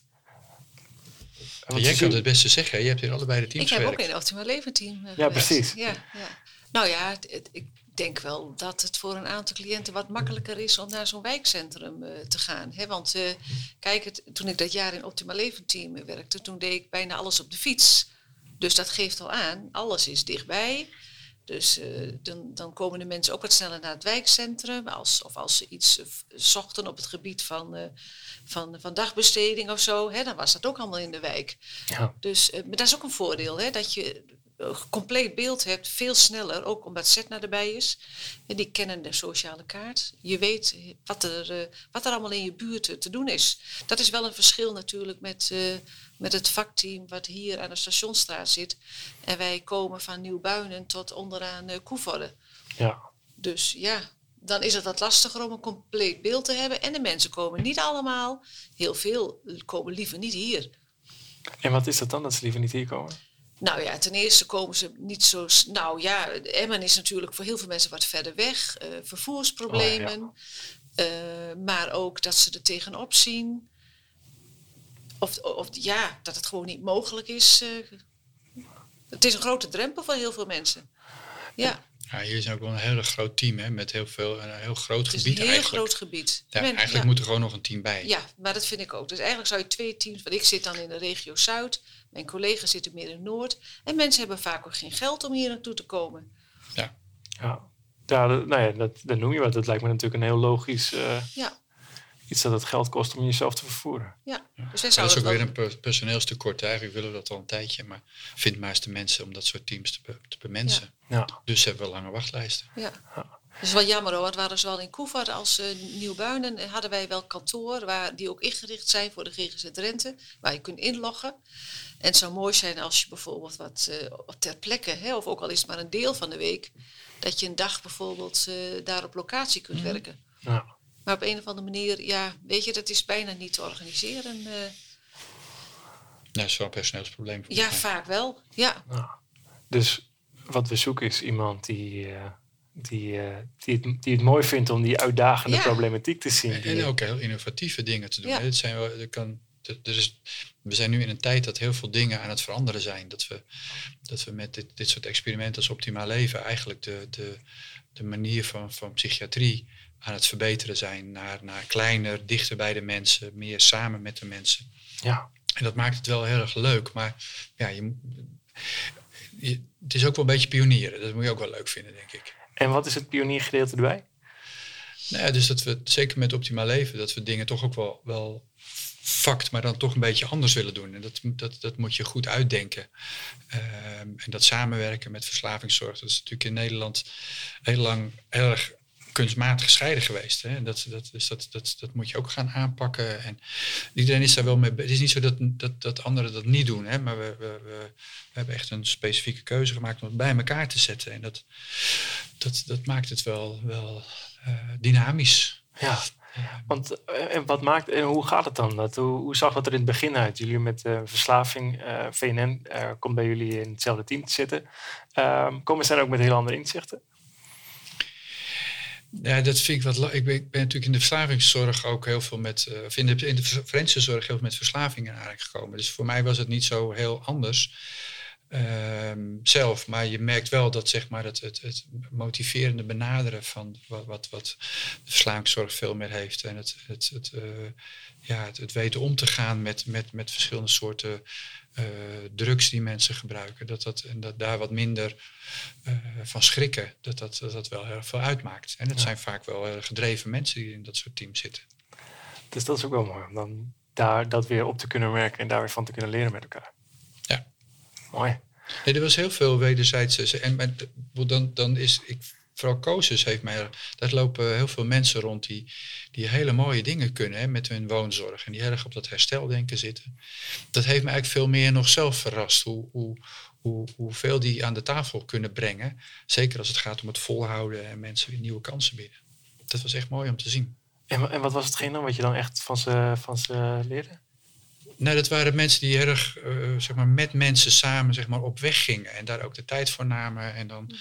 Speaker 2: Jij kan het beste zeggen, je hebt in allebei de teams gewerkt.
Speaker 3: Ik heb ook in het Optimaal Leven team gewerkt.
Speaker 1: Ja, precies.
Speaker 3: Ja. Nou ja, ik denk wel dat het voor een aantal cliënten wat makkelijker is om naar zo'n wijkcentrum te gaan. Hè? Want toen ik dat jaar in Optimaal Leven team werkte, toen deed ik bijna alles op de fiets. Dus dat geeft al aan, alles is dichtbij. Dus dan komen de mensen ook wat sneller naar het wijkcentrum. Als ze iets zochten op het gebied van dagbesteding of zo, hè, dan was dat ook allemaal in de wijk. Ja. Dus maar dat is ook een voordeel, hè, dat je een compleet beeld hebt, veel sneller, ook omdat Zetna erbij is. En die kennen de sociale kaart. Je weet wat er allemaal in je buurt te doen is. Dat is wel een verschil natuurlijk met het vakteam wat hier aan de Stationsstraat zit. En wij komen van Nieuwbuinen tot onderaan Koevoorde. Ja. Dus ja, dan is het wat lastiger om een compleet beeld te hebben. En de mensen komen niet allemaal, heel veel komen liever niet hier.
Speaker 1: En wat is dat dan, dat ze liever niet hier komen?
Speaker 3: Nou ja, ten eerste komen ze niet zo... Nou ja, Emmen is natuurlijk voor heel veel mensen wat verder weg. Vervoersproblemen. Maar ook dat ze er tegenop zien. Of dat het gewoon niet mogelijk is. Het is een grote drempel voor heel veel mensen. Ja.
Speaker 2: Ja, hier is ook wel een heel groot team, hè, met een heel groot gebied eigenlijk.
Speaker 3: Het is een heel groot gebied.
Speaker 2: Eigenlijk moet er gewoon nog een team bij.
Speaker 3: Ja, maar dat vind ik ook. Dus eigenlijk zou je 2 teams... Want ik zit dan in de regio Zuid. Mijn collega's zitten meer in Noord. En mensen hebben vaak ook geen geld om hier naartoe te komen.
Speaker 2: Ja.
Speaker 1: Dat noem je wat. Dat lijkt me natuurlijk een heel logisch... iets dat het geld kost om jezelf te vervoeren.
Speaker 3: Ja. Dus
Speaker 2: dat is ook weer een personeelstekort. Eigenlijk willen we dat al een tijdje. Maar vind maar eens de mensen om dat soort teams te bemensen. Ja. Dus hebben we lange wachtlijsten.
Speaker 3: Ja. Dat is wel jammer hoor. Het waren zowel in Koevoorde als Nieuwbuinen hadden wij wel kantoor die ook ingericht zijn voor de GGZ Drenthe. Waar je kunt inloggen. En het zou mooi zijn als je bijvoorbeeld wat ter plekke, hè, of ook al is het maar een deel van de week, dat je een dag bijvoorbeeld daar op locatie kunt werken.
Speaker 1: Ja.
Speaker 3: Maar op een of andere manier, ja, weet je, dat is bijna niet te organiseren.
Speaker 2: Dat is wel een personeelsprobleem.
Speaker 3: Ja, vaak wel. Ja.
Speaker 1: Nou, dus wat we zoeken is iemand die het mooi vindt om die uitdagende problematiek te zien.
Speaker 2: En ook heel innovatieve dingen te doen.
Speaker 3: Ja.
Speaker 2: Hè. We zijn nu in een tijd dat heel veel dingen aan het veranderen zijn. Dat we met dit soort experimenten als optimaal leven eigenlijk de manier van psychiatrie aan het verbeteren zijn. Naar kleiner, dichter bij de mensen, meer samen met de mensen.
Speaker 1: Ja.
Speaker 2: En dat maakt het wel heel erg leuk. Maar ja, het is ook wel een beetje pionieren. Dat moet je ook wel leuk vinden, denk ik.
Speaker 1: En wat is het pioniergedeelte erbij?
Speaker 2: Nou ja, dus dat we, zeker met optimaal leven, dat we dingen toch ook wel fact, maar dan toch een beetje anders willen doen. En dat moet je goed uitdenken. En dat samenwerken met verslavingszorg, dat is natuurlijk in Nederland heel lang heel erg kunstmatig gescheiden geweest. Hè? Dat moet je ook gaan aanpakken. En iedereen is daar wel mee. Het is niet zo dat anderen dat niet doen, hè? Maar we hebben echt een specifieke keuze gemaakt om het bij elkaar te zetten. En dat maakt het wel dynamisch.
Speaker 1: Ja. Want en hoe gaat het dan? Hoe zag dat er in het begin uit? Jullie met verslaving, VNN komt bij jullie in hetzelfde team te zitten. Komen ze dan ook met heel andere inzichten?
Speaker 2: Ja, dat vind ik wat. Ik ben natuurlijk in de verslavingszorg ook heel veel met. In de forensische zorg heel veel met verslavingen eigenlijk gekomen. Dus voor mij was het niet zo heel anders zelf. Maar je merkt wel dat zeg maar, het motiverende benaderen van wat de verslavingszorg veel meer heeft. En het weten om te gaan met verschillende soorten drugs die mensen gebruiken. Dat daar wat minder van schrikken. Dat wel heel veel uitmaakt. En het zijn vaak wel gedreven mensen die in dat soort teams zitten.
Speaker 1: Dus dat is ook wel mooi om dan daar dat weer op te kunnen merken en daar weer van te kunnen leren met elkaar.
Speaker 2: Ja.
Speaker 1: Mooi.
Speaker 2: Nee, er was heel veel wederzijdse. En dan is vooral COSUS heeft mij. Daar lopen heel veel mensen rond die hele mooie dingen kunnen, hè, met hun woonzorg. En die erg op dat hersteldenken zitten. Dat heeft me eigenlijk veel meer nog zelf verrast. Hoeveel die aan de tafel kunnen brengen. Zeker als het gaat om het volhouden en mensen weer nieuwe kansen bieden. Dat was echt mooi om te zien.
Speaker 1: En wat was hetgeen dan wat je dan echt van ze leerde?
Speaker 2: Nou, dat waren mensen die erg zeg maar met mensen samen zeg maar, op weg gingen. En daar ook de tijd voor namen. En dan,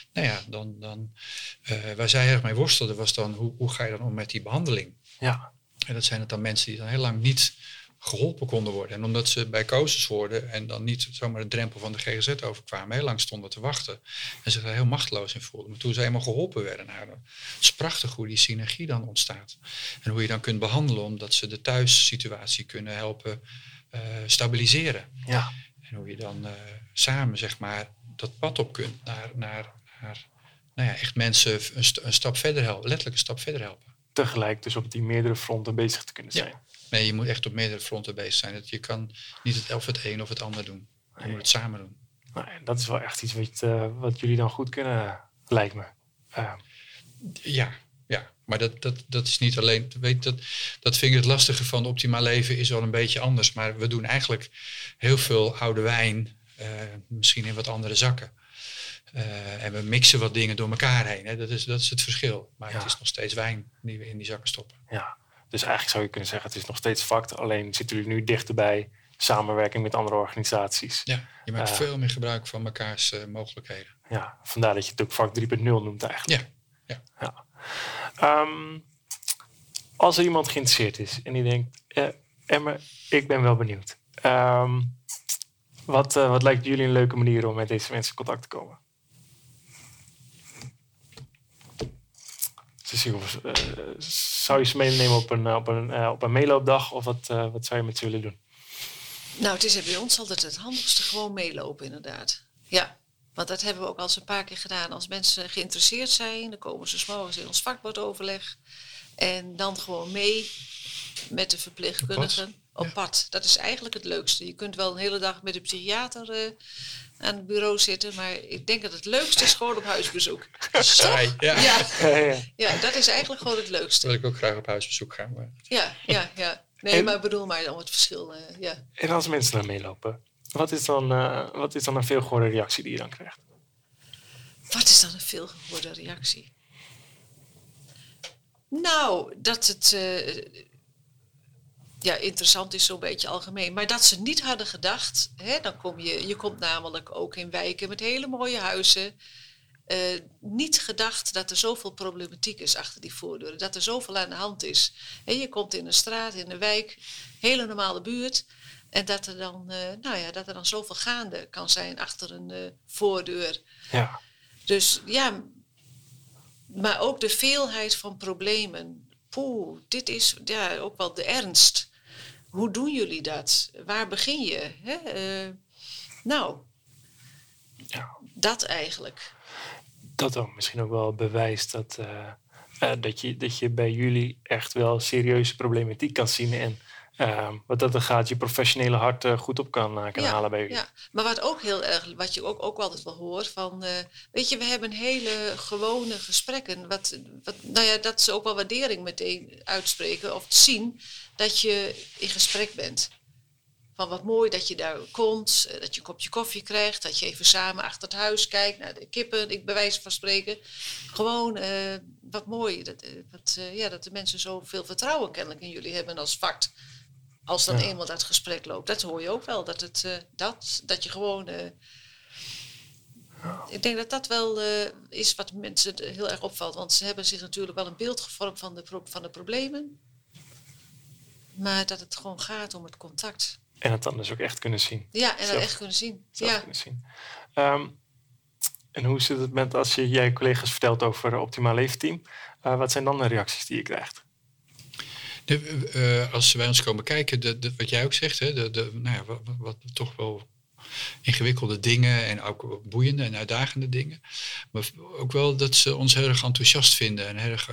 Speaker 2: waar zij erg mee worstelden was dan, hoe ga je dan om met die behandeling?
Speaker 1: Ja.
Speaker 2: En dat zijn het dan mensen die dan heel lang niet geholpen konden worden. En omdat ze bij COSUS hoorden en dan niet zomaar de drempel van de GGZ overkwamen, heel lang stonden te wachten en zich daar heel machteloos in voelden. Maar toen ze eenmaal geholpen werden, het is prachtig hoe die synergie dan ontstaat. En hoe je dan kunt behandelen omdat ze de thuissituatie kunnen helpen stabiliseren.
Speaker 1: Ja.
Speaker 2: En hoe je dan samen zeg maar dat pad op kunt naar echt mensen een stap verder helpen, letterlijk een stap verder helpen.
Speaker 1: Tegelijk dus op die meerdere fronten bezig te kunnen zijn.
Speaker 2: Ja. Nee, je moet echt op meerdere fronten bezig zijn. Je kan niet het een of het ander doen. Je moet het samen doen.
Speaker 1: Nou, dat is wel echt iets wat jullie dan goed kunnen, lijkt me.
Speaker 2: Ja. Maar dat is niet alleen. Dat vind ik het lastige van optimaal leven is wel een beetje anders. Maar we doen eigenlijk heel veel oude wijn, misschien in wat andere zakken. En we mixen wat dingen door elkaar heen. Hè. Dat is het verschil. Maar het is nog steeds wijn die we in die zakken stoppen.
Speaker 1: Ja. Dus eigenlijk zou je kunnen zeggen, het is nog steeds fact. Alleen zitten jullie nu dichterbij samenwerking met andere organisaties.
Speaker 2: Ja, je maakt veel meer gebruik van mekaars mogelijkheden.
Speaker 1: Ja, vandaar dat je het ook vak 3.0 noemt eigenlijk. Ja. Als er iemand geïnteresseerd is en die denkt, Emma, ik ben wel benieuwd. Wat lijkt jullie een leuke manier om met deze mensen in contact te komen? Zou je ze meenemen op een meeloopdag of wat zou je met ze willen doen?
Speaker 3: Nou, het is bij ons altijd het handigste gewoon meelopen inderdaad. Ja, want dat hebben we ook al eens een paar keer gedaan. Als mensen geïnteresseerd zijn, dan komen ze 's morgens in ons vakbordoverleg. En dan gewoon mee met de verpleegkundigen op pad. Dat is eigenlijk het leukste. Je kunt wel een hele dag met de psychiater aan het bureau zitten. Maar ik denk dat het leukste is gewoon op huisbezoek.
Speaker 2: Saai,
Speaker 3: ja, dat is eigenlijk gewoon het leukste.
Speaker 2: Wil ik ook graag op huisbezoek gaan. Maar...
Speaker 3: Ja. Nee, maar bedoel maar om het verschil.
Speaker 1: En als mensen daar meelopen, Wat is dan een veelgehoorde reactie die je dan krijgt?
Speaker 3: Wat is dan een veelgehoorde reactie? Nou, dat het interessant is zo'n beetje algemeen. Maar dat ze niet hadden gedacht. Hè, dan je komt namelijk ook in wijken met hele mooie huizen. Niet gedacht dat er zoveel problematiek is achter die voordeuren. Dat er zoveel aan de hand is. Hè, je komt in een straat, in een wijk, hele normale buurt. En dat er dan zoveel gaande kan zijn achter een voordeur.
Speaker 1: Ja.
Speaker 3: Dus ja, maar ook de veelheid van problemen. Poeh, dit is ook wel de ernst. Hoe doen jullie dat? Waar begin je? Hè? Dat eigenlijk. Dat
Speaker 1: dan misschien ook wel bewijst dat je bij jullie echt wel serieuze problematiek kan zien. En wat dat er gaat, je professionele hart goed op kan halen bij jullie.
Speaker 3: Ja, maar wat ook heel erg, wat je ook altijd wel hoort, van weet je, we hebben hele gewone gesprekken. Dat ze ook wel waardering meteen uitspreken of zien dat je in gesprek bent. Van wat mooi dat je daar komt, dat je een kopje koffie krijgt, dat je even samen achter het huis kijkt naar de kippen, bij wijze van spreken. Gewoon wat mooi dat de mensen zoveel vertrouwen kennelijk in jullie hebben als vak. Als dan eenmaal dat gesprek loopt, dat hoor je ook wel. Dat je gewoon. Ik denk dat wel is wat mensen heel erg opvalt. Want ze hebben zich natuurlijk wel een beeld gevormd van de problemen. Maar dat het gewoon gaat om het contact.
Speaker 1: En het dan dus ook echt kunnen zien.
Speaker 3: Ja, en dat echt kunnen zien.
Speaker 1: Kunnen zien. En hoe zit het met als je jij collega's vertelt over Optimaal Leefteam? Wat zijn dan de reacties die je krijgt?
Speaker 2: Als ze bij ons komen kijken, wat jij ook zegt, hè, wat toch wel ingewikkelde dingen en ook boeiende en uitdagende dingen. Maar ook wel dat ze ons heel erg enthousiast vinden en heel erg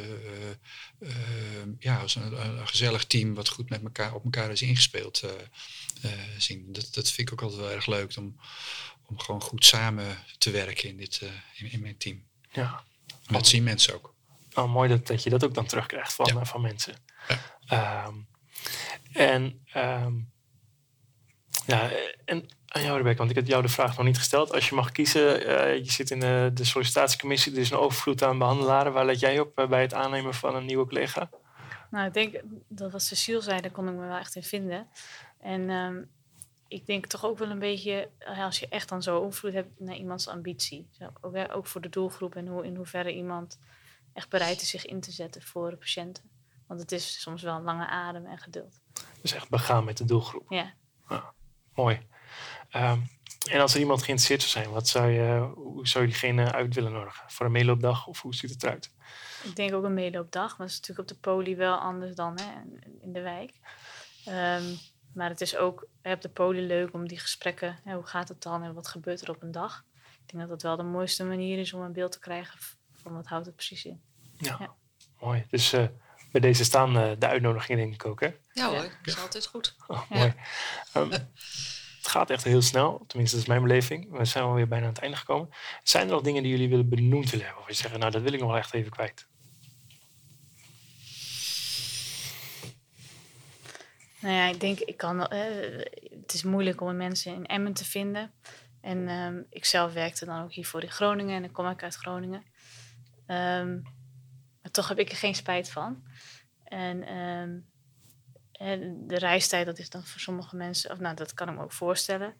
Speaker 2: als een gezellig team wat goed met elkaar op elkaar is ingespeeld zien. Dat vind ik ook altijd wel erg leuk om gewoon goed samen te werken in mijn team.
Speaker 1: Ja.
Speaker 2: En dat zien mensen ook.
Speaker 1: Mooi dat je dat ook dan terugkrijgt van mensen.
Speaker 2: Ja.
Speaker 1: En aan jou, Rebecca, want ik heb jou de vraag nog niet gesteld. Als je mag kiezen, je zit in de sollicitatiecommissie, er is een overvloed aan behandelaren. Waar let jij op bij het aannemen van een nieuwe collega?
Speaker 4: Nou, ik denk dat wat Cecile zei, daar kon ik me wel echt in vinden. En ik denk toch ook wel een beetje, als je echt dan zo overvloed hebt naar iemands ambitie. Ook voor de doelgroep en in hoeverre iemand echt bereid is zich in te zetten voor de patiënten. Want het is soms wel een lange adem en geduld.
Speaker 1: Dus echt begaan met de doelgroep.
Speaker 4: Ja.
Speaker 1: Mooi. En als er iemand geïnteresseerd zou zijn, hoe zou je diegene uit willen nodigen? Voor een meeloopdag of hoe ziet het eruit?
Speaker 4: Ik denk ook een meeloopdag, maar dat is natuurlijk op de poli wel anders dan in de wijk. Maar het is ook op de poli leuk om die gesprekken, hoe gaat het dan en wat gebeurt er op een dag? Ik denk dat dat wel de mooiste manier is om een beeld te krijgen van wat houdt het precies in.
Speaker 1: Ja. Mooi. Dus bij deze staan de uitnodigingen denk ik ook, hè?
Speaker 3: Ja hoor, dat is altijd goed.
Speaker 1: Mooi. Het gaat echt heel snel, tenminste dat is mijn beleving. We zijn alweer bijna aan het einde gekomen. Zijn er nog dingen die jullie benoemd willen hebben? Of je zeggen, nou dat wil ik nog wel echt even kwijt.
Speaker 4: Nou ja, ik denk, het is moeilijk om mensen in Emmen te vinden. En ik zelf werkte dan ook hiervoor in Groningen en dan kom ik uit Groningen. Maar toch heb ik er geen spijt van. En de reistijd, dat is dan voor sommige mensen, dat kan ik me ook voorstellen.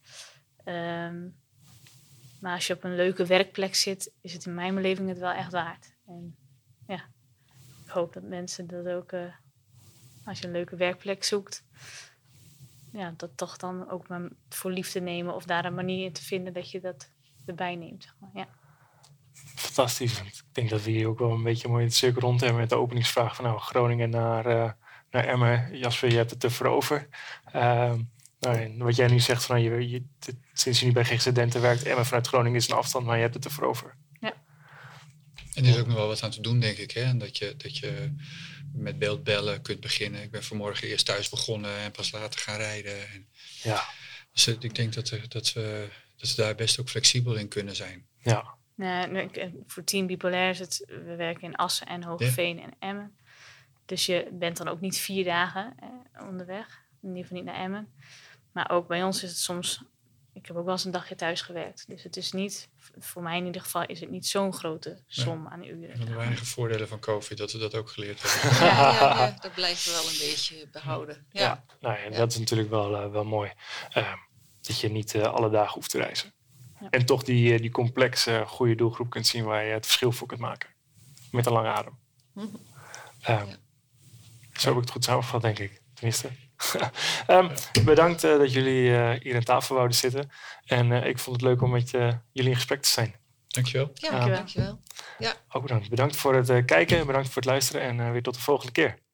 Speaker 4: Maar als je op een leuke werkplek zit, is het in mijn beleving het wel echt waard. En ja, ik hoop dat mensen dat ook, als je een leuke werkplek zoekt, dat toch dan ook maar voor lief te nemen of daar een manier in te vinden dat je dat erbij neemt. Zeg maar. Ja.
Speaker 1: Fantastisch. Ik denk dat we hier ook wel een beetje mooi het cirkel rond hebben met de openingsvraag van Groningen naar Emmen. Jasper, je hebt het ervoor over. Wat jij nu zegt, sinds je nu bij GGZ Denten werkt, Emmen vanuit Groningen is een afstand, maar je hebt het ervoor over.
Speaker 4: Ja.
Speaker 2: En er is ook nog wel wat aan te doen, denk ik. Hè? En dat je met beeldbellen kunt beginnen. Ik ben vanmorgen eerst thuis begonnen en pas later gaan rijden.
Speaker 1: Ja.
Speaker 2: Dus ik denk dat we daar best ook flexibel in kunnen zijn.
Speaker 1: Ja.
Speaker 4: Voor Team Bipolair is het, we werken in Assen en Hoogeveen en Emmen. Dus je bent dan ook niet 4 dagen onderweg. In ieder geval niet naar Emmen. Maar ook bij ons is het soms... Ik heb ook wel eens een dagje thuis gewerkt. Dus het is niet... Voor mij in ieder geval is het niet zo'n grote som aan uren.
Speaker 2: Een van de weinige voordelen van COVID, dat we dat ook geleerd hebben.
Speaker 3: Ja, dat blijft wel een beetje behouden. Ja.
Speaker 1: Nou ja, dat is natuurlijk wel mooi. Dat je niet alle dagen hoeft te reizen. Ja. En toch die complexe, goede doelgroep kunt zien waar je het verschil voor kunt maken. Met een lange adem. Zo heb ik het goed samengevat, denk ik. Tenminste. Bedankt dat jullie hier aan tafel wouden zitten. En ik vond het leuk om met jullie in gesprek te zijn.
Speaker 2: Dankjewel.
Speaker 3: Ja, dankjewel. Ja.
Speaker 1: Ook bedankt. Bedankt voor het kijken, bedankt voor het luisteren en weer tot de volgende keer.